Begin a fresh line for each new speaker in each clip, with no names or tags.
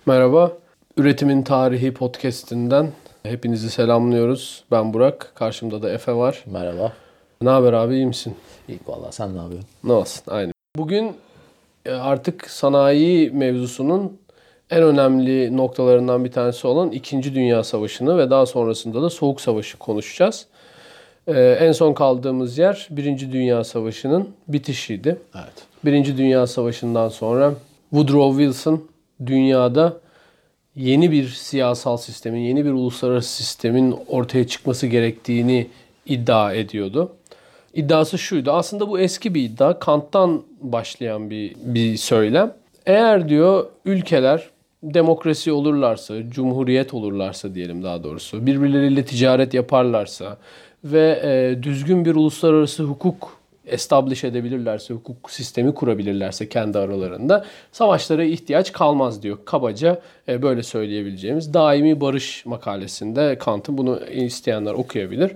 Merhaba, Üretimin Tarihi podcast'inden hepinizi selamlıyoruz. Ben Burak, karşımda da Efe var.
Merhaba.
Ne haber abi, iyi misin?
İyi valla, sen ne yapıyorsun?
Ne olsun, aynı. Bugün artık sanayi mevzusunun en önemli noktalarından bir tanesi olan İkinci Dünya Savaşı'nı ve daha sonrasında da Soğuk Savaş'ı konuşacağız. En son kaldığımız yer Birinci Dünya Savaşı'nın bitişiydi.
Evet.
Birinci Dünya Savaşı'ndan sonra Woodrow Wilson dünyada yeni bir siyasal sistemin, yeni bir uluslararası sistemin ortaya çıkması gerektiğini iddia ediyordu. İddiası şuydu. Aslında bu eski bir iddia. Kant'tan başlayan bir söylem. Eğer diyor ülkeler demokrasi olurlarsa, cumhuriyet olurlarsa diyelim daha doğrusu, birbirleriyle ticaret yaparlarsa ve düzgün bir uluslararası hukuk establish edebilirlerse, hukuk sistemi kurabilirlerse kendi aralarında savaşlara ihtiyaç kalmaz diyor. Kabaca böyle söyleyebileceğimiz Daimi Barış makalesinde Kant'ın, bunu isteyenler okuyabilir.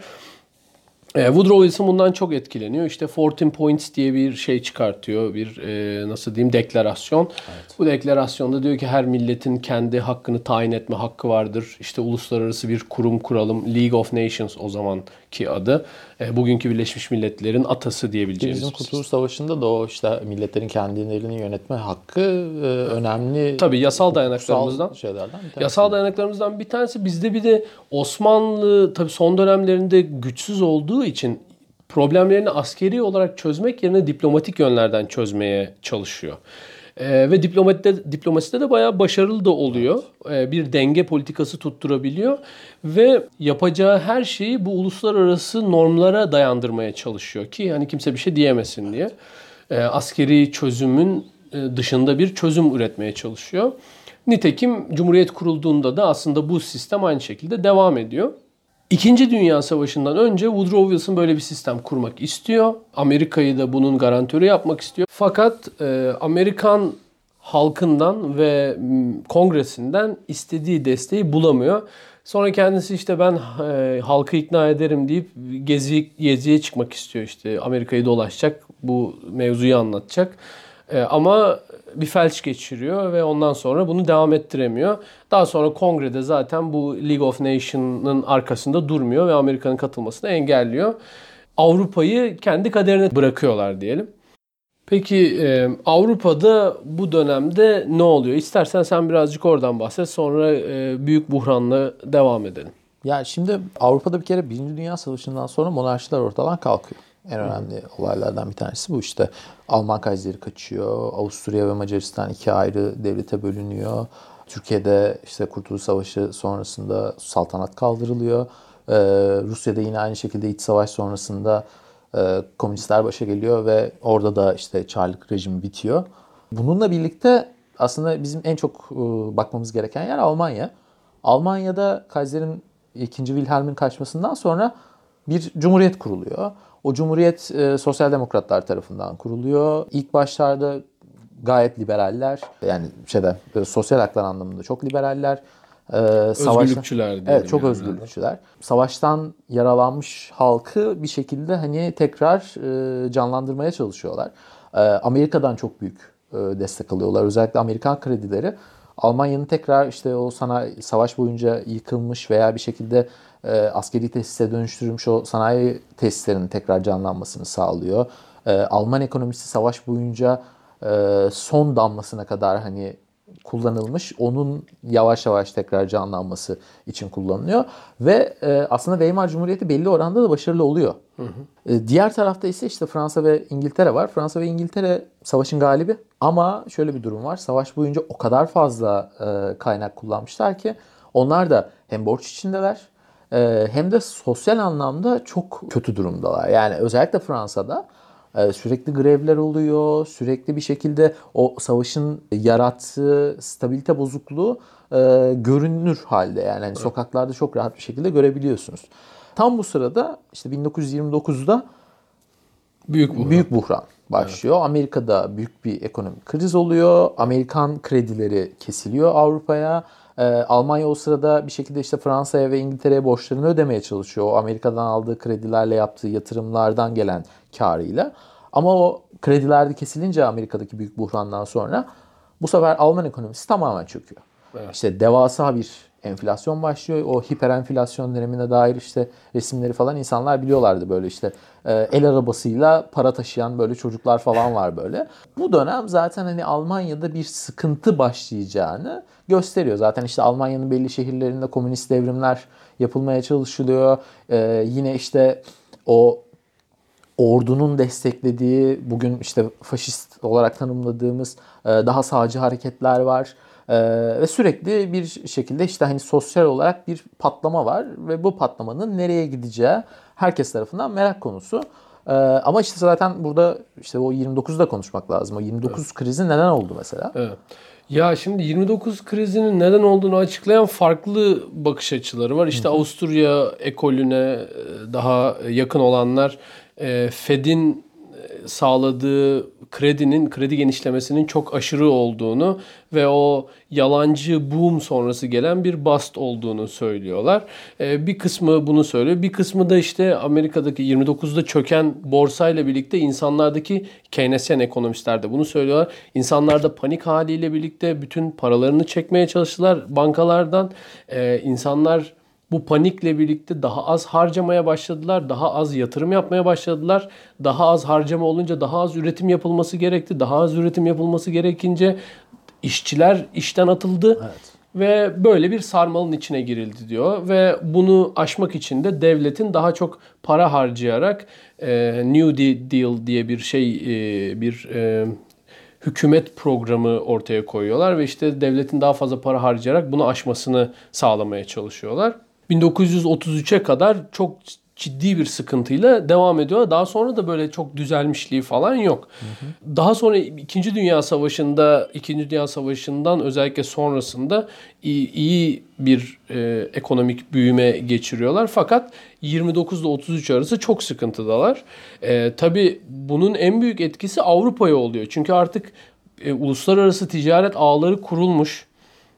Woodrow Wilson bundan çok etkileniyor. İşte 14 Points diye bir şey çıkartıyor. Bir nasıl diyeyim, deklarasyon. Evet. Bu deklarasyonda diyor ki her milletin kendi hakkını tayin etme hakkı vardır. İşte uluslararası bir kurum kuralım. League of Nations o zamanki adı. Bugünkü Birleşmiş Milletler'in atası diyebileceğimiz.
Bizim Kurtuluş Savaşı'nda da o işte milletlerin kendilerini yönetme hakkı önemli.
Tabii yasal dayanaklarımızdan. Yasal dayanaklarımızdan bir tanesi. Bizde bir de Osmanlı tabii son dönemlerinde güçsüz olduğu için problemlerini askeri olarak çözmek yerine diplomatik yönlerden çözmeye çalışıyor. Ve diplomaside de bayağı başarılı da oluyor. Bir denge politikası tutturabiliyor. Ve yapacağı her şeyi bu uluslararası normlara dayandırmaya çalışıyor ki hani kimse bir şey diyemesin diye. Askeri çözümün dışında bir çözüm üretmeye çalışıyor. Nitekim Cumhuriyet kurulduğunda da aslında bu sistem aynı şekilde devam ediyor. İkinci Dünya Savaşı'ndan önce Woodrow Wilson böyle bir sistem kurmak istiyor. Amerika'yı da bunun garantörü yapmak istiyor. Fakat Amerikan halkından ve kongresinden istediği desteği bulamıyor. Sonra kendisi işte ben halkı ikna ederim deyip geziye çıkmak istiyor, işte Amerika'yı dolaşacak, bu mevzuyu anlatacak. Ama bir felç geçiriyor ve ondan sonra bunu devam ettiremiyor. Daha sonra kongrede zaten bu League of Nations'ın arkasında durmuyor ve Amerika'nın katılmasını engelliyor. Avrupa'yı kendi kaderine bırakıyorlar diyelim. Peki Avrupa'da bu dönemde ne oluyor? İstersen sen birazcık oradan bahset, sonra büyük buhranla devam edelim.
Ya şimdi Avrupa'da bir kere Birinci Dünya Savaşı'ndan sonra monarşiler ortadan kalkıyor. En önemli olaylardan bir tanesi bu işte. Alman Kayseri kaçıyor. Avusturya ve Macaristan iki ayrı devlete bölünüyor. Türkiye'de işte Kurtuluş Savaşı sonrasında saltanat kaldırılıyor. Rusya'da yine aynı şekilde iç savaş sonrasında komünistler başa geliyor ve orada da işte Çarlık rejimi bitiyor. Bununla birlikte aslında bizim en çok bakmamız gereken yer Almanya. Almanya'da Kaiser'in 2. Wilhelm'in kaçmasından sonra bir cumhuriyet kuruluyor. O cumhuriyet sosyal demokratlar tarafından kuruluyor. İlk başlarda gayet liberaller, yani sosyal haklar anlamında çok liberaller.
Özgürlükçüler diyelim.
Evet, çok özgürlükçüler. Savaştan yaralanmış halkı bir şekilde hani tekrar canlandırmaya çalışıyorlar. Amerika'dan çok büyük destek alıyorlar. Özellikle Amerikan kredileri Almanya'nın tekrar işte o savaş boyunca yıkılmış veya bir şekilde askeri tesise dönüştürülmüş o sanayi tesislerinin tekrar canlanmasını sağlıyor. Alman ekonomisi savaş boyunca son damlasına kadar hani kullanılmış. Onun yavaş yavaş tekrar canlanması için kullanılıyor. Ve aslında Weimar Cumhuriyeti belli oranda da başarılı oluyor. Hı hı. Diğer tarafta ise işte Fransa ve İngiltere var. Fransa ve İngiltere savaşın galibi. Ama şöyle bir durum var. Savaş boyunca o kadar fazla kaynak kullanmışlar ki onlar da hem borç içindeler hem de sosyal anlamda çok kötü durumdalar. Yani özellikle Fransa'da sürekli grevler oluyor. Sürekli bir şekilde o savaşın yarattığı stabilite bozukluğu görünür halde. Yani evet. Sokaklarda çok rahat bir şekilde görebiliyorsunuz. Tam bu sırada işte 1929'da büyük buhran başlıyor. Evet. Amerika'da büyük bir ekonomik kriz oluyor. Amerikan kredileri kesiliyor Avrupa'ya. Almanya o sırada bir şekilde işte Fransa'ya ve İngiltere'ye borçlarını ödemeye çalışıyor. O Amerika'dan aldığı kredilerle yaptığı yatırımlardan gelen karıyla. Ama o krediler de kesilince Amerika'daki büyük buhrandan sonra bu sefer Alman ekonomisi tamamen çöküyor.
Evet.
İşte devasa bir enflasyon başlıyor. O hiperenflasyon dönemine dair işte resimleri falan insanlar biliyorlardı, böyle işte el arabasıyla para taşıyan böyle çocuklar falan var böyle. Bu dönem zaten hani Almanya'da bir sıkıntı başlayacağını gösteriyor. Zaten işte Almanya'nın belli şehirlerinde komünist devrimler yapılmaya çalışılıyor. Yine işte o ordunun desteklediği, bugün işte faşist olarak tanımladığımız daha sağcı hareketler var. Ve sürekli bir şekilde işte hani sosyal olarak bir patlama var ve bu patlamanın nereye gideceği herkes tarafından merak konusu. Ama işte zaten burada işte o 29'da konuşmak lazım. O 29 krizi neden oldu mesela?
Evet. Ya şimdi 29 krizinin neden olduğunu açıklayan farklı bakış açıları var. İşte Avusturya ekolüne daha yakın olanlar Fed'in sağladığı kredi genişlemesinin çok aşırı olduğunu ve o yalancı boom sonrası gelen bir bust olduğunu söylüyorlar. Bir kısmı bunu söylüyor. Bir kısmı da işte Amerika'daki 29'da çöken borsayla birlikte insanlardaki Keynesyen ekonomistler de bunu söylüyorlar. İnsanlarda panik haliyle birlikte bütün paralarını çekmeye çalıştılar bankalardan. İnsanlar bu panikle birlikte daha az harcamaya başladılar, daha az yatırım yapmaya başladılar. Daha az harcama olunca daha az üretim yapılması gerekti. Daha az üretim yapılması gerekince işçiler işten atıldı.
Evet.
Ve böyle bir sarmalın içine girildi diyor. Ve bunu aşmak için de devletin daha çok para harcayarak New Deal diye bir hükümet programı ortaya koyuyorlar. Ve işte devletin daha fazla para harcayarak bunu aşmasını sağlamaya çalışıyorlar. 1933'e kadar çok ciddi bir sıkıntıyla devam ediyor. Daha sonra da böyle çok düzelmişliği falan yok. Daha sonra İkinci Dünya Savaşı'ndan özellikle sonrasında iyi bir ekonomik büyüme geçiriyorlar. Fakat 29 ile 33 arası çok sıkıntıdalar. Tabii bunun en büyük etkisi Avrupa'ya oluyor. Çünkü artık uluslararası ticaret ağları kurulmuş.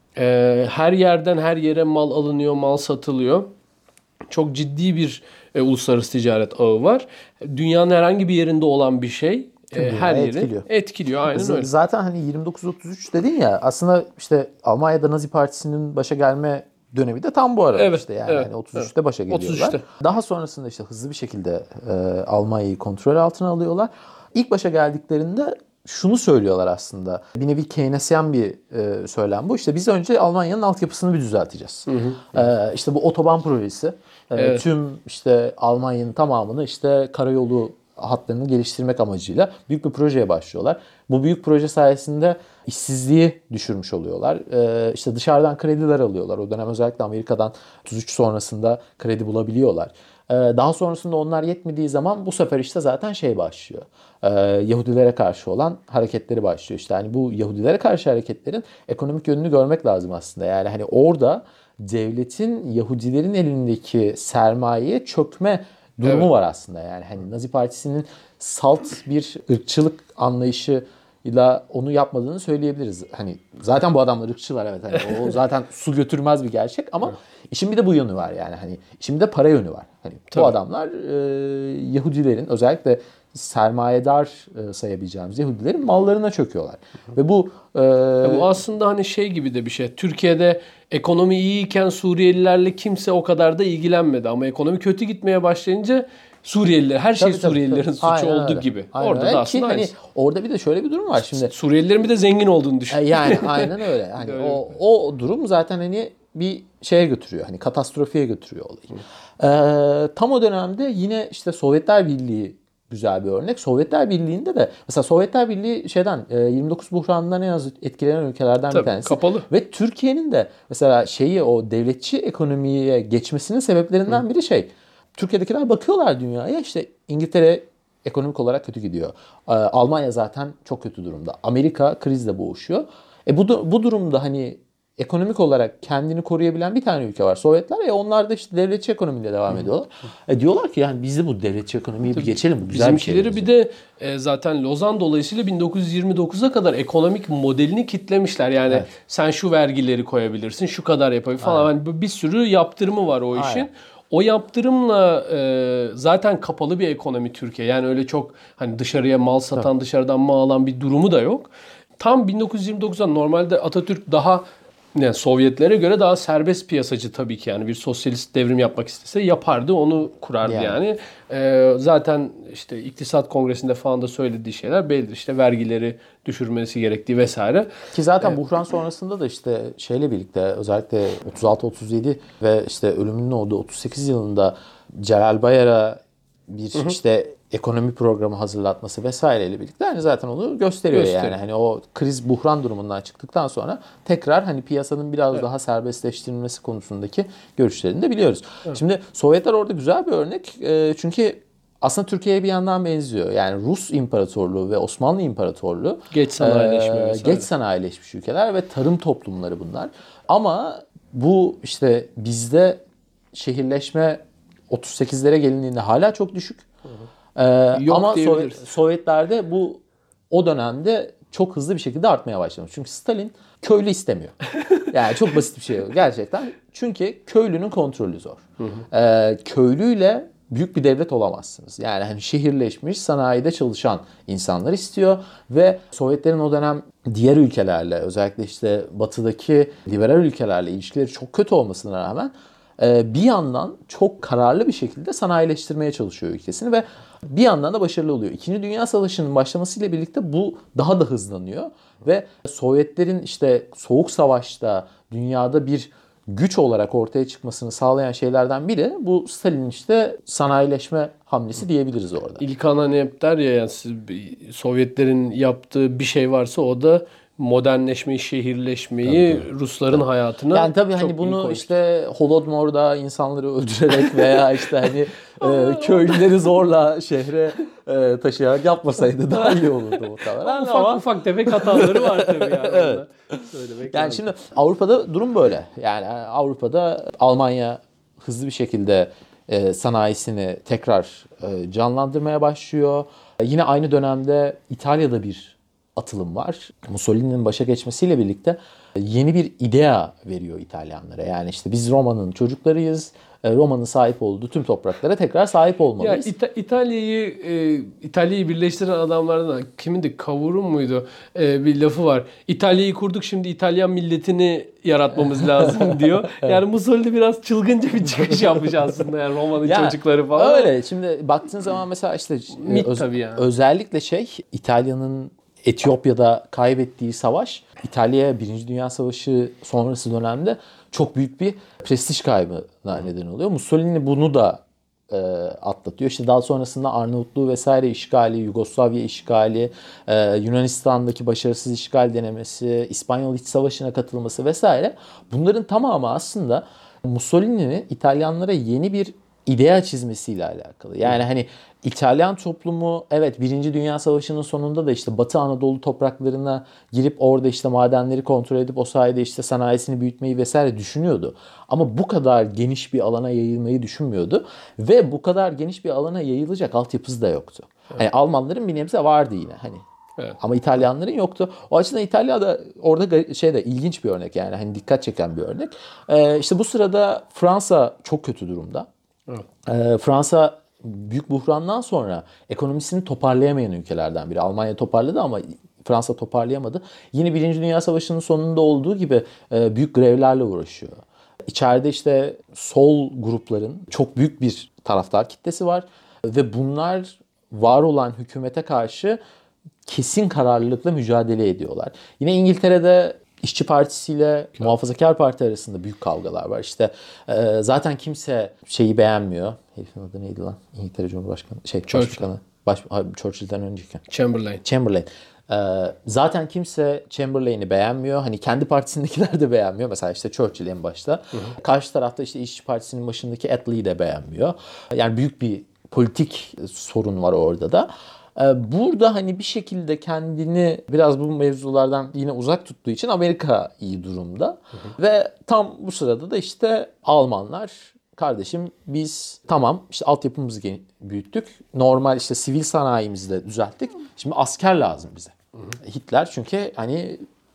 Her yerden her yere mal alınıyor, mal satılıyor. Çok ciddi bir uluslararası ticaret ağı var. Dünyanın herhangi bir yerinde olan bir şey her yeri etkiliyor. Aynen öyle.
Zaten hani 29-33 dedin ya, aslında işte Almanya'da Nazi Partisi'nin başa gelme dönemi de tam bu arada,
Evet,
işte yani
evet,
hani 33'te başa geliyorlar.
33'te.
Daha sonrasında işte hızlı bir şekilde Almanya'yı kontrol altına alıyorlar. İlk başa geldiklerinde şunu söylüyorlar aslında. Bir nevi Keynesyen bir söylem bu. İşte biz önce Almanya'nın altyapısını bir düzelteceğiz. İşte bu otoban projesi
Evet.
tüm işte Almanya'nın tamamını işte karayolu hatlarını geliştirmek amacıyla büyük bir projeye başlıyorlar. Bu büyük proje sayesinde işsizliği düşürmüş oluyorlar. İşte dışarıdan krediler alıyorlar. O dönem özellikle Amerika'dan 33 sonrasında kredi bulabiliyorlar. Daha sonrasında onlar yetmediği zaman bu sefer işte zaten şey başlıyor. Yahudilere karşı olan hareketleri başlıyor. İşte hani bu Yahudilere karşı hareketlerin ekonomik yönünü görmek lazım aslında. Yani hani orada devletin Yahudilerin elindeki sermayeye çökme durumu var aslında. Yani hani Nazi Partisi'nin salt bir ırkçılık anlayışıyla onu yapmadığını söyleyebiliriz. Hani zaten bu adamlar ırkçılar, evet, hani o zaten su götürmez bir gerçek, ama işin bir de bu yönü var yani, hani işin bir de para yönü var. Hani bu adamlar Yahudilerin, özellikle sermayedar sayabileceğimiz Yahudilerin mallarına çöküyorlar. Ve bu
bu aslında hani şey gibi de bir şey. Türkiye'de ekonomi iyiyken Suriyelilerle kimse o kadar da ilgilenmedi. Ama ekonomi kötü gitmeye başlayınca Suriyeliler, her şey Suriyelilerin suçu
Aynen
olduğu
öyle.
gibi.
Aynen
Orada
öyle.
da aslında
Ki hani orada bir de şöyle bir durum var şimdi.
Suriyelilerin bir de zengin olduğunu düşün.
Yani aynen öyle. Hani o durum zaten hani bir şeye götürüyor. Hani katastrofiye götürüyor olayı. Tam o dönemde yine işte Sovyetler Birliği güzel bir örnek. Sovyetler Birliği'nde de mesela Sovyetler Birliği 29 buhranından en az etkilenen ülkelerden bir tanesi.
Kapalı.
Ve Türkiye'nin de mesela o devletçi ekonomiye geçmesinin sebeplerinden biri Türkiye'dekiler bakıyorlar dünyaya, işte İngiltere ekonomik olarak kötü gidiyor. Almanya zaten çok kötü durumda. Amerika krizle boğuşuyor. Bu durumda hani ekonomik olarak kendini koruyabilen bir tane ülke var, Sovyetler, ya onlar da işte devletçi ekonomiyle devam ediyorlar. Diyorlar ki yani biz de bu devletçi ekonomiyi bir geçelim. Bu güzel
Bizimkileri
bir şey.
bir de zaten Lozan dolayısıyla 1929'a kadar ekonomik modelini kitlemişler. Yani sen şu vergileri koyabilirsin, şu kadar yapabilirsin falan. Yani bir sürü yaptırımı var o işin. O yaptırımla zaten kapalı bir ekonomi Türkiye. Yani öyle çok hani dışarıya mal satan, dışarıdan mal alan bir durumu da yok. Tam 1929'da normalde Atatürk daha Yani Sovyetlere göre daha serbest piyasacı tabii ki, yani bir sosyalist devrim yapmak istese yapardı, onu kurardı yani. Zaten işte İktisat Kongresi'nde falan da söylediği şeyler bellidir. İşte vergileri düşürmesi gerektiği vesaire.
Ki zaten buhran sonrasında da işte şeyle birlikte özellikle 36-37 ve işte ölümünün olduğu 38 yılında Celal Bayar'a bir işte ekonomi programı hazırlatması vesaireyle birlikte hani zaten onu gösteriyor yani. Hani o kriz buhran durumundan çıktıktan sonra tekrar hani piyasanın biraz daha serbestleştirilmesi konusundaki görüşlerini de biliyoruz. Şimdi Sovyetler orada güzel bir örnek. Çünkü aslında Türkiye'ye bir yandan benziyor. Yani Rus İmparatorluğu ve Osmanlı İmparatorluğu geç sanayileşmiş ülkeler ve tarım toplumları bunlar. Ama bu işte bizde şehirleşme 38'lere gelindiğinde hala çok düşük. Ama Sovyetlerde bu o dönemde çok hızlı bir şekilde artmaya başlamış. Çünkü Stalin köylü istemiyor. Yani çok basit bir şey gerçekten. Çünkü köylünün kontrolü zor. Köylüyle büyük bir devlet olamazsınız. Yani hani şehirleşmiş, sanayide çalışan insanlar istiyor ve Sovyetlerin o dönem diğer ülkelerle, özellikle işte batıdaki liberal ülkelerle ilişkileri çok kötü olmasına rağmen bir yandan çok kararlı bir şekilde sanayileştirmeye çalışıyor ülkesini ve bir yandan da başarılı oluyor. İkinci Dünya Savaşı'nın başlamasıyla birlikte bu daha da hızlanıyor ve Sovyetlerin işte Soğuk Savaş'ta dünyada bir güç olarak ortaya çıkmasını sağlayan şeylerden biri bu Stalin'in işte sanayileşme hamlesi diyebiliriz orada.
İlkan hani hep der ya, yani Sovyetlerin yaptığı bir şey varsa o da modernleşmeyi, şehirleşmeyi, tabii. Rusların hayatına.
Yani tabii hani bunu işte Holodomor'da insanları öldürerek veya işte hani köylüleri zorla şehre taşıyarak yapmasaydı daha iyi olurdu muhtemelen.
Ufak tefek hataları var tabii yani.
Evet. Yani şimdi Avrupa'da durum böyle. Yani Avrupa'da Almanya hızlı bir şekilde sanayisini tekrar canlandırmaya başlıyor. Yine aynı dönemde İtalya'da bir atılım var. Mussolini'nin başa geçmesiyle birlikte yeni bir idea veriyor İtalyanlara. Yani işte biz Roma'nın çocuklarıyız. Roma'nın sahip olduğu tüm topraklara tekrar sahip olmalıyız.
Ya İtalya'yı birleştiren adamlardan kimindi? Cavour'un muydu? Bir lafı var. İtalya'yı kurduk, şimdi İtalyan milletini yaratmamız lazım diyor. Evet. Yani Mussolini biraz çılgınca bir çıkış yapmış aslında, yani Roma'nın çocukları falan.
Öyle. Şimdi baktığın zaman mesela işte
tabii yani.
Özellikle İtalya'nın Etiyopya'da kaybettiği savaş İtalya'ya 1. Dünya Savaşı sonrası dönemde çok büyük bir prestij kaybına neden oluyor. Mussolini bunu da atlatıyor. İşte daha sonrasında Arnavutluğu vesaire işgali, Yugoslavya işgali, Yunanistan'daki başarısız işgal denemesi, İspanyol İç Savaşı'na katılması vesaire. Bunların tamamı aslında Mussolini'nin İtalyanlara yeni bir idea çizmesiyle alakalı. Yani hani İtalyan toplumu evet 1. Dünya Savaşı'nın sonunda da işte Batı Anadolu topraklarına girip orada işte madenleri kontrol edip o sayede işte sanayisini büyütmeyi vesaire düşünüyordu. Ama bu kadar geniş bir alana yayılmayı düşünmüyordu ve bu kadar geniş bir alana yayılacak altyapısı da yoktu. Evet. Yani Almanların bir nebze vardı yine hani. Evet. Ama İtalyanların yoktu. O açıdan İtalya da orada ilginç bir örnek, yani hani dikkat çeken bir örnek. İşte bu sırada Fransa çok kötü durumda. Evet. Fransa büyük buhrandan sonra ekonomisini toparlayamayan ülkelerden biri. Almanya toparladı ama Fransa toparlayamadı. Yine 1. Dünya Savaşı'nın sonunda olduğu gibi büyük grevlerle uğraşıyor. İçeride işte sol grupların çok büyük bir taraftar kitlesi var ve bunlar var olan hükümete karşı kesin kararlılıkla mücadele ediyorlar. Yine İngiltere'de İşçi Partisi ile Muhafazakar Parti arasında büyük kavgalar var. İşte zaten kimse şeyi beğenmiyor. Herifin adı neydi lan? İngiltere Cumhurbaşkanı. Başbakanı. Churchill'den önceki. Chamberlain. Zaten kimse Chamberlain'i beğenmiyor. Hani kendi partisindekiler de beğenmiyor. Mesela işte Churchill en başta. Hı hı. Karşı tarafta işte İşçi Partisi'nin başındaki Attlee'yi de beğenmiyor. Yani büyük bir politik sorun var orada da. Burada hani bir şekilde kendini biraz bu mevzulardan yine uzak tuttuğu için Amerika iyi durumda. Hı hı. Ve tam bu sırada da işte Almanlar, kardeşim biz tamam işte altyapımızı büyüttük. Normal işte sivil sanayimizi de düzelttik. Şimdi asker lazım bize. Hı hı. Hitler çünkü hani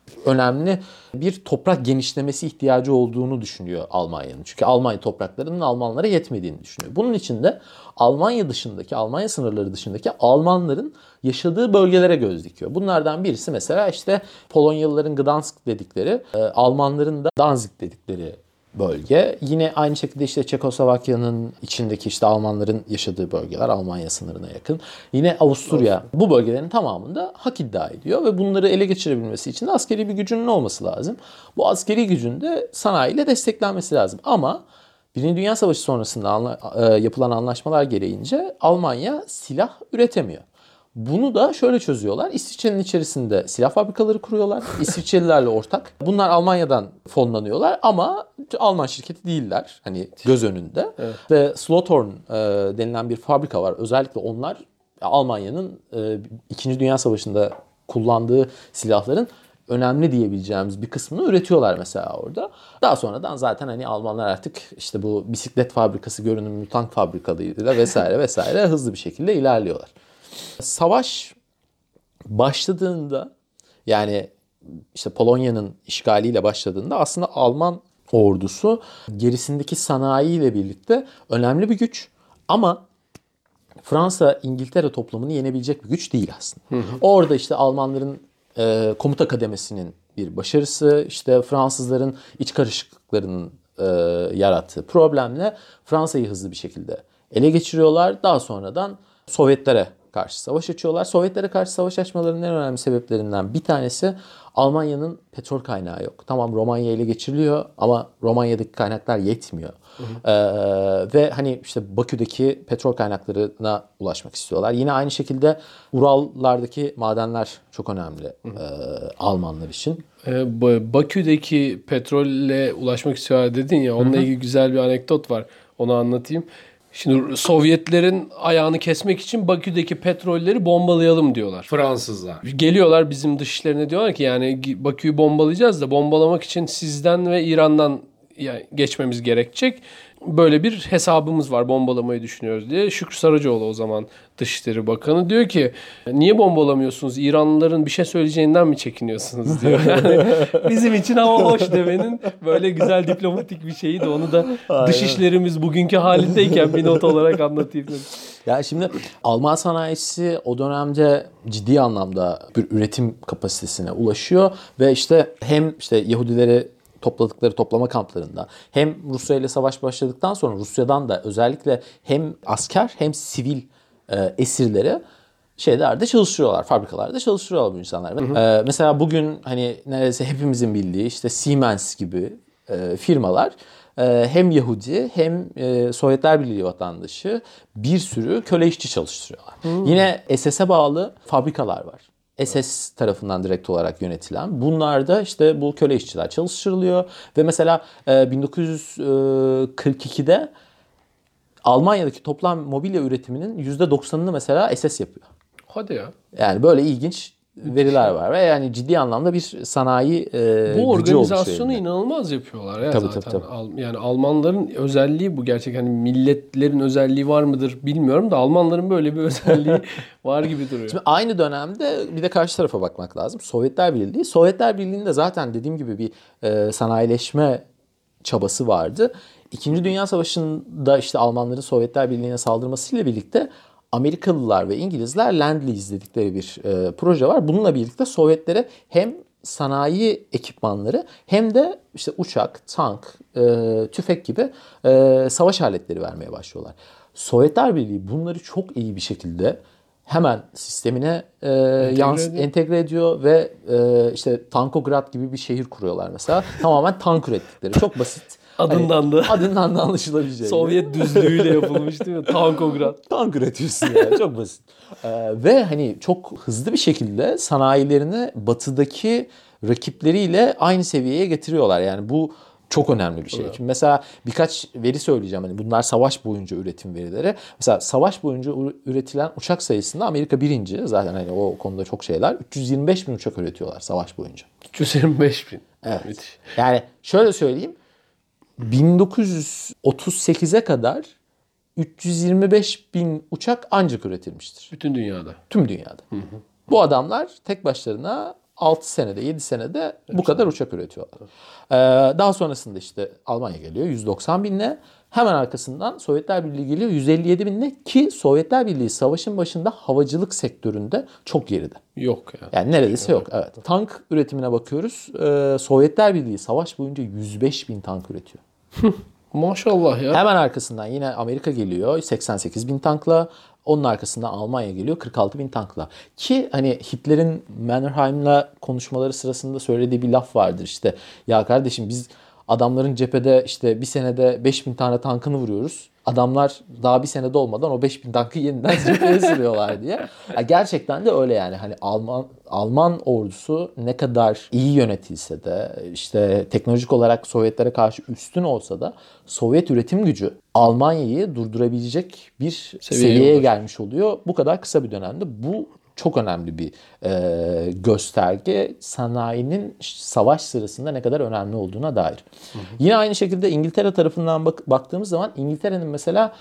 önemli bir toprak genişlemesi ihtiyacı olduğunu düşünüyor Almanya'nın. Çünkü Almanya topraklarının Almanlara yetmediğini düşünüyor. Bunun için de Almanya sınırları dışındaki Almanların yaşadığı bölgelere göz dikiyor. Bunlardan birisi mesela işte Polonyalıların Gdansk dedikleri, Almanların da Danzig dedikleri bölge. Yine aynı şekilde işte Çekoslovakya'nın içindeki işte Almanların yaşadığı bölgeler Almanya sınırına yakın. Yine Avusturya bu bölgelerin tamamında hak iddia ediyor ve bunları ele geçirebilmesi için de askeri bir gücünün olması lazım. Bu askeri gücün de sanayiyle desteklenmesi lazım. Ama Birinci Dünya Savaşı sonrasında yapılan anlaşmalar gereğince Almanya silah üretemiyor. Bunu da şöyle çözüyorlar. İsviçre'nin içerisinde silah fabrikaları kuruyorlar. İsviçrelilerle ortak. Bunlar Almanya'dan fonlanıyorlar ama Alman şirketi değiller. Hani göz önünde. Evet. Ve Slothorn denilen bir fabrika var. Özellikle onlar Almanya'nın 2. Dünya Savaşı'nda kullandığı silahların önemli diyebileceğimiz bir kısmını üretiyorlar mesela orada. Daha sonradan zaten hani Almanlar artık işte bu bisiklet fabrikası görünümlü tank fabrikalarıyla vesaire vesaire hızlı bir şekilde ilerliyorlar. Savaş başladığında yani işte Polonya'nın işgaliyle başladığında aslında Alman ordusu gerisindeki sanayiyle birlikte önemli bir güç ama Fransa, İngiltere toplamını yenebilecek bir güç değil aslında. Orada işte Almanların komuta kademesinin bir başarısı, işte Fransızların iç karışıklıklarının yarattığı problemle Fransa'yı hızlı bir şekilde ele geçiriyorlar. Daha sonradan Sovyetlere karşı savaş açıyorlar. Sovyetlere karşı savaş açmalarının en önemli sebeplerinden bir tanesi Almanya'nın petrol kaynağı yok. Tamam Romanya ele geçiriliyor ama Romanya'daki kaynaklar yetmiyor. Ve hani işte Bakü'deki petrol kaynaklarına ulaşmak istiyorlar. Yine aynı şekilde Urallardaki madenler çok önemli Almanlar için.
Bakü'deki petrolle ulaşmak istiyorlar dedin ya, onunla ilgili güzel bir anekdot var. Onu anlatayım. Şimdi Sovyetlerin ayağını kesmek için Bakü'deki petrolleri bombalayalım diyorlar.
Fransızlar.
Geliyorlar bizim dışişlerine, diyorlar ki yani Bakü'yü bombalayacağız da bombalamak için sizden ve İran'dan yani geçmemiz gerekecek. Böyle bir hesabımız var, bombalamayı düşünüyoruz diye. Şükrü Saracoğlu o zaman Dışişleri Bakanı diyor ki niye bombalamıyorsunuz? İranlıların bir şey söyleyeceğinden mi çekiniyorsunuz diyor. Yani bizim için hava hoş demenin böyle güzel diplomatik bir şeyi de, onu da dışişlerimiz bugünkü halindeyken bir not olarak anlatayım.
Ya şimdi Alman sanayisi o dönemde ciddi anlamda bir üretim kapasitesine ulaşıyor ve işte hem işte Yahudileri topladıkları toplama kamplarında hem Rusya ile savaş başladıktan sonra Rusya'dan da özellikle hem asker hem sivil esirleri şeylerde çalıştırıyorlar, fabrikalarda çalıştırıyorlar bu insanlar. Mesela bugün hani neredeyse hepimizin bildiği işte Siemens gibi firmalar hem Yahudi hem Sovyetler Birliği vatandaşı bir sürü köle işçi çalıştırıyorlar. Yine SS'e bağlı fabrikalar var. SS tarafından direkt olarak yönetilen. Bunlarda işte bu köle işçiler çalıştırılıyor. Ve mesela 1942'de Almanya'daki toplam mobilya üretiminin %90'ını mesela SS yapıyor.
Hadi ya.
Yani böyle ilginç veriler var ve yani ciddi anlamda bir sanayi
bu organizasyonu inanılmaz yapıyorlar ya
tabii,
zaten.
Tabii.
Yani Almanların özelliği bu, gerçek hani milletlerin özelliği var mıdır bilmiyorum da Almanların böyle bir özelliği var gibi duruyor.
Şimdi aynı dönemde bir de karşı tarafa bakmak lazım. Sovyetler Birliği. Sovyetler Birliği'nde zaten dediğim gibi bir sanayileşme çabası vardı. İkinci Dünya Savaşı'nda işte Almanların Sovyetler Birliği'ne saldırmasıyla birlikte Amerikalılar ve İngilizler Lend-Lease dedikleri bir proje var. Bununla birlikte Sovyetlere hem sanayi ekipmanları hem de işte uçak, tank, tüfek gibi savaş aletleri vermeye başlıyorlar. Sovyetler Birliği bunları çok iyi bir şekilde hemen sistemine entegre ediyor ve işte Tankograd gibi bir şehir kuruyorlar mesela. Tamamen tank ürettikleri. Çok basit.
Adından da
anlaşılabilecek.
Sovyet düzlüğüyle yapılmış değil mi? Tankograd.
Tank üretiyorsun yani. Çok basit. Ve hani çok hızlı bir şekilde sanayilerini batıdaki rakipleriyle aynı seviyeye getiriyorlar. Yani bu çok önemli bir şey. Evet. Şimdi mesela birkaç veri söyleyeceğim. Hani bunlar savaş boyunca üretim verileri. Mesela savaş boyunca üretilen uçak sayısında Amerika birinci. Zaten hani o konuda çok şeyler. 325 bin uçak üretiyorlar savaş boyunca.
325 bin.
Evet. Müthiş. Yani şöyle söyleyeyim. 1938'e kadar 325 bin uçak ancak üretilmiştir.
Bütün dünyada.
Tüm dünyada. Bu adamlar tek başlarına 6 senede 7 senede bu kadar uçak üretiyorlar. Daha sonrasında işte Almanya geliyor 190 binle. Hemen arkasından Sovyetler Birliği geliyor 157 binle ki Sovyetler Birliği savaşın başında havacılık sektöründe çok geride.
Yok yani.
Yani neredeyse yok. Evet. Tank üretimine bakıyoruz. Sovyetler Birliği savaş boyunca 105 bin tank üretiyor.
Maşallah ya.
Hemen arkasından yine Amerika geliyor 88 bin tankla. Onun arkasından Almanya geliyor 46 bin tankla. Ki hani Hitler'in Mannerheim'la konuşmaları sırasında söylediği bir laf vardır işte. Ya kardeşim biz adamların cephede işte bir senede 5.000 tane tankını vuruyoruz. Adamlar daha bir senede olmadan o 5.000 tankı yeniden cepheye sürüyorlar diye. Ya gerçekten de öyle yani. Hani Alman ordusu ne kadar iyi yönetilse de işte teknolojik olarak Sovyetlere karşı üstün olsa da Sovyet üretim gücü Almanya'yı durdurabilecek bir seviyeye gelmiş oluyor. Bu kadar kısa bir dönemde. Bu çok önemli bir gösterge sanayinin savaş sırasında ne kadar önemli olduğuna dair. Yine aynı şekilde İngiltere tarafından baktığımız zaman İngiltere'nin mesela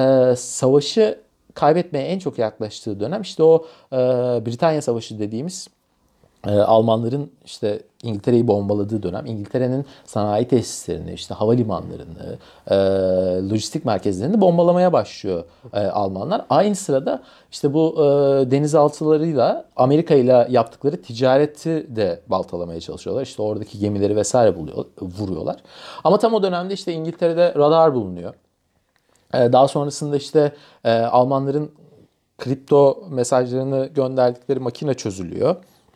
savaşı kaybetmeye en çok yaklaştığı dönem işte o Britanya Savaşı dediğimiz Almanların işte İngiltere'yi bombaladığı dönem, İngiltere'nin sanayi tesislerini, işte havalimanlarını, lojistik merkezlerini bombalamaya başlıyor Almanlar. Aynı sırada işte bu denizaltılarıyla Amerika ile yaptıkları ticareti de baltalamaya çalışıyorlar. İşte oradaki gemileri vesaire vuruyorlar. Ama tam o dönemde işte İngiltere'de radar bulunuyor. Daha sonrasında işte Almanların kripto mesajlarını gönderdikleri makine çözülüyor.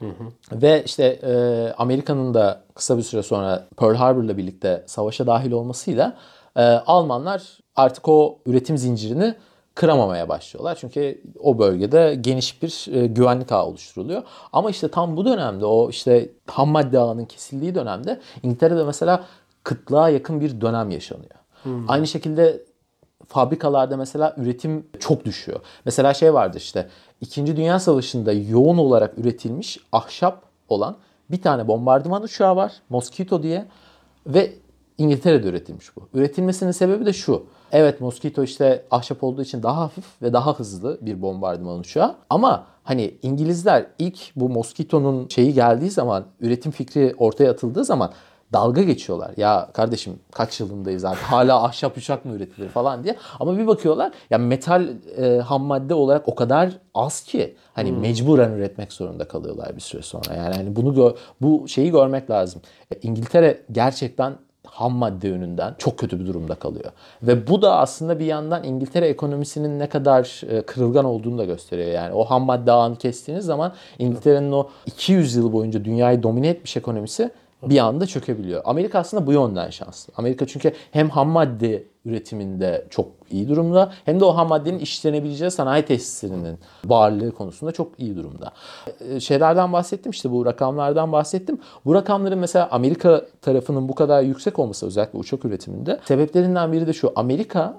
Ve işte Amerika'nın da kısa bir süre sonra Pearl Harbor'la birlikte savaşa dahil olmasıyla Almanlar artık o üretim zincirini kıramamaya başlıyorlar. Çünkü o bölgede geniş bir güvenlik ağı oluşturuluyor. Ama işte tam bu dönemde o işte ham madde ağının kesildiği dönemde İngiltere'de mesela kıtlığa yakın bir dönem yaşanıyor. Aynı şekilde fabrikalarda mesela üretim çok düşüyor. Mesela şey vardı işte 2. Dünya Savaşı'nda yoğun olarak üretilmiş ahşap olan bir tane bombardıman uçağı var. Mosquito diye ve İngiltere'de üretilmiş bu. Üretilmesinin sebebi de şu. Evet Mosquito işte ahşap olduğu için daha hafif ve daha hızlı bir bombardıman uçağı. Ama hani İngilizler ilk bu Mosquito'nun şeyi geldiği zaman üretim fikri ortaya atıldığı zaman dalga geçiyorlar. Ya kardeşim kaç yılındayız artık hala ahşap uçak mı üretilir falan diye. Ama bir bakıyorlar ya metal ham madde olarak o kadar az ki hani mecburen üretmek zorunda kalıyorlar bir süre sonra. Yani hani bu şeyi görmek lazım. İngiltere gerçekten ham madde yönünden çok kötü bir durumda kalıyor. Ve bu da aslında bir yandan İngiltere ekonomisinin ne kadar kırılgan olduğunu da gösteriyor. Yani o ham madde ağını kestiğiniz zaman İngiltere'nin o 200 yıl boyunca dünyayı domine etmiş ekonomisi bir anda çökebiliyor. Amerika aslında bu yönden şanslı. Amerika çünkü hem ham madde üretiminde çok iyi durumda hem de o ham maddenin işlenebileceği sanayi tesislerinin varlığı konusunda çok iyi durumda. Şeylerden bahsettim işte bu rakamlardan bahsettim. Bu rakamların mesela Amerika tarafının bu kadar yüksek olması özellikle uçak üretiminde sebeplerinden biri de şu. Amerika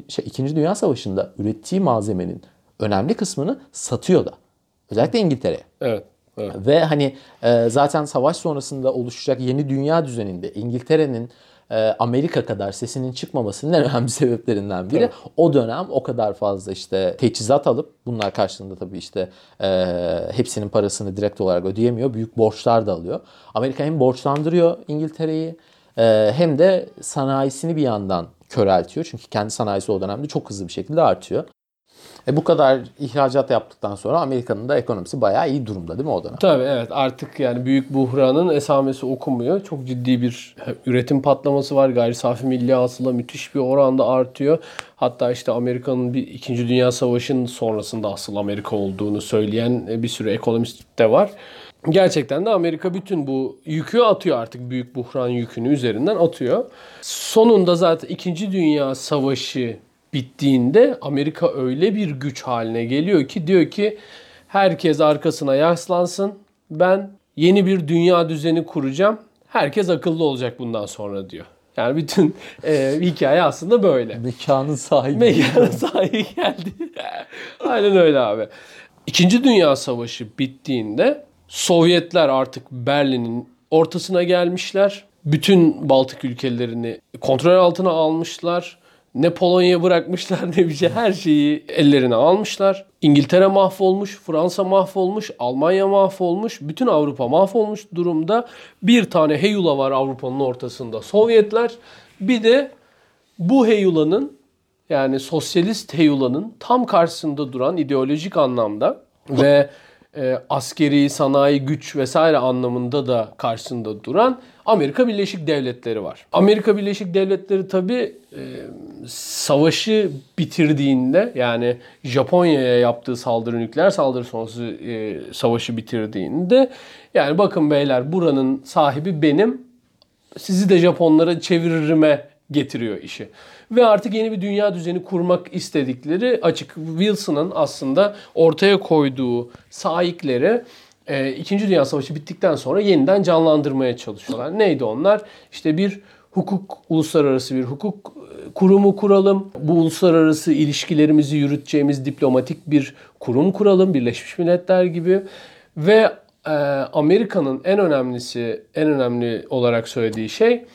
2. Dünya Savaşı'nda ürettiği malzemenin önemli kısmını satıyor da. Özellikle İngiltere'ye.
Evet. Evet.
Ve hani zaten savaş sonrasında oluşacak yeni dünya düzeninde İngiltere'nin Amerika kadar sesinin çıkmamasının en önemli sebeplerinden biri. Evet. O dönem o kadar fazla işte teçhizat alıp bunlar karşılığında tabii işte hepsinin parasını direkt olarak ödeyemiyor. Büyük borçlar da alıyor. Amerika hem borçlandırıyor İngiltere'yi hem de sanayisini bir yandan köreltiyor. Çünkü kendi sanayisi o dönemde çok hızlı bir şekilde artıyor. Bu kadar ihracat yaptıktan sonra Amerika'nın da ekonomisi bayağı iyi durumda değil mi o dönem?
Tabii evet artık yani büyük buhranın esamesi okunmuyor. Çok ciddi bir üretim patlaması var. Gayri safi milli hasıla müthiş bir oranda artıyor. Hatta işte Amerika'nın bir 2. Dünya Savaşı'nın sonrasında asıl Amerika olduğunu söyleyen bir sürü ekonomist de var. Gerçekten de Amerika bütün bu yükü atıyor artık. Büyük buhran yükünü üzerinden atıyor. Sonunda zaten 2. Dünya Savaşı bittiğinde Amerika öyle bir güç haline geliyor ki diyor ki herkes arkasına yaslansın. Ben yeni bir dünya düzeni kuracağım. Herkes akıllı olacak bundan sonra diyor. Yani bütün hikaye aslında böyle.
Mekanın sahibi.
Mekanın sahibi geldi. Aynen öyle abi. 2. Dünya Savaşı bittiğinde Sovyetler artık Berlin'in ortasına gelmişler. Bütün Baltık ülkelerini kontrol altına almışlar. Ne Polonya bırakmışlar ne bir şey. Her şeyi ellerine almışlar. İngiltere mahvolmuş, Fransa mahvolmuş, Almanya mahvolmuş. Bütün Avrupa mahvolmuş durumda. Bir tane heyula var Avrupa'nın ortasında. Sovyetler. Bir de bu heyulanın, yani sosyalist heyulanın tam karşısında duran ideolojik anlamda ve askeri, sanayi, güç vesaire anlamında da karşısında duran Amerika Birleşik Devletleri var. Amerika Birleşik Devletleri tabii savaşı bitirdiğinde, yani Japonya'ya yaptığı saldırı, nükleer saldırı sonrası savaşı bitirdiğinde, yani bakın beyler buranın sahibi benim, sizi de Japonlara çeviririme getiriyor işi. Ve artık yeni bir dünya düzeni kurmak istedikleri açık. Wilson'ın aslında ortaya koyduğu saikleri İkinci Dünya Savaşı bittikten sonra yeniden canlandırmaya çalışıyorlar. Neydi onlar? İşte bir hukuk, uluslararası bir hukuk kurumu kuralım. Bu uluslararası ilişkilerimizi yürüteceğimiz diplomatik bir kurum kuralım. Birleşmiş Milletler gibi. Ve Amerika'nın en önemli olarak söylediği şey,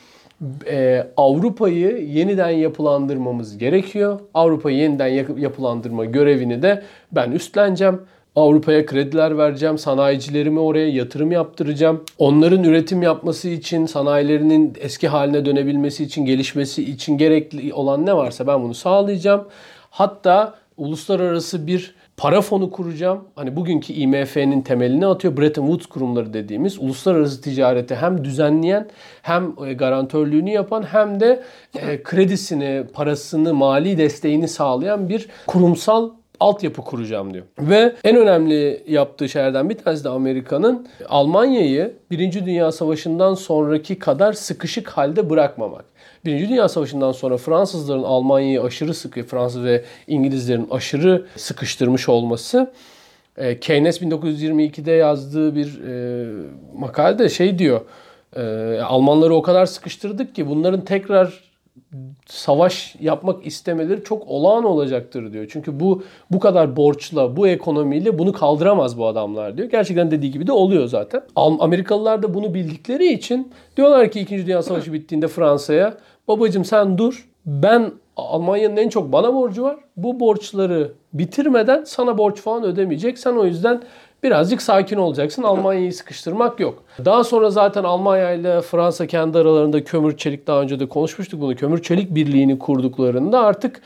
Avrupa'yı yeniden yapılandırmamız gerekiyor. Avrupa'yı yeniden yapılandırma görevini de ben üstleneceğim. Avrupa'ya krediler vereceğim, sanayicilerimi oraya yatırım yaptıracağım. Onların üretim yapması için, sanayilerinin eski haline dönebilmesi için, gelişmesi için gerekli olan ne varsa ben bunu sağlayacağım. Hatta uluslararası bir para fonu kuracağım. Hani bugünkü IMF'nin temelini atıyor. Bretton Woods kurumları dediğimiz uluslararası ticareti hem düzenleyen, hem garantörlüğünü yapan, hem de kredisini, parasını, mali desteğini sağlayan bir kurumsal altyapı kuracağım diyor. Ve en önemli yaptığı şeylerden bir tanesi de Amerika'nın Almanya'yı Birinci Dünya Savaşı'ndan sonraki kadar sıkışık halde bırakmamak. Birinci Dünya Savaşı'ndan sonra Fransızların Almanya'yı aşırı sıkı, Fransız ve İngilizlerin aşırı sıkıştırmış olması. Keynes 1922'de yazdığı bir makalede şey diyor. Almanları o kadar sıkıştırdık ki bunların tekrar savaş yapmak istemeleri çok olağan olacaktır diyor. Çünkü bu kadar borçla, bu ekonomiyle bunu kaldıramaz bu adamlar diyor. Gerçekten dediği gibi de oluyor zaten. Amerikalılar da bunu bildikleri için diyorlar ki 2. Dünya Savaşı bittiğinde Fransa'ya, babacım sen dur, ben Almanya'nın en çok bana borcu var. Bu borçları bitirmeden sana borç falan ödemeyecek. Sen o yüzden birazcık sakin olacaksın. Almanya'yı sıkıştırmak yok. Daha sonra zaten Almanya ile Fransa kendi aralarında kömür çelik, daha önce de konuşmuştuk bunu. Kömür çelik birliğini kurduklarında artık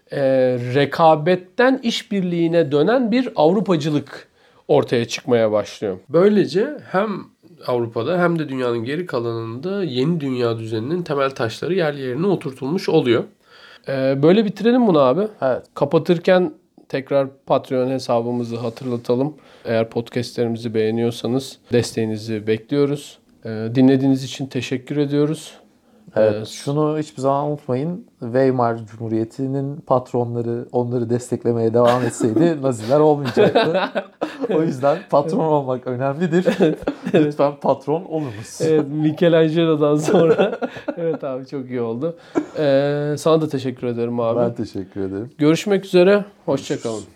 rekabetten işbirliğine dönen bir Avrupacılık ortaya çıkmaya başlıyor. Böylece hem Avrupa'da hem de dünyanın geri kalanında yeni dünya düzeninin temel taşları yerlerine oturtulmuş oluyor. Böyle bitirelim bunu abi.
Evet.
Kapatırken tekrar Patreon hesabımızı hatırlatalım. Eğer podcastlerimizi beğeniyorsanız desteğinizi bekliyoruz. Dinlediğiniz için teşekkür ediyoruz.
Evet, şunu hiçbir zaman unutmayın. Weimar Cumhuriyeti'nin patronları onları desteklemeye devam etseydi Naziler olmayacaktı. O yüzden patron olmak önemlidir. Lütfen patron olunuz.
Evet, Michelangelo'dan sonra. Evet abi, çok iyi oldu. Sana da teşekkür ederim abi.
Ben teşekkür ederim.
Görüşmek üzere. Hoşça kalın.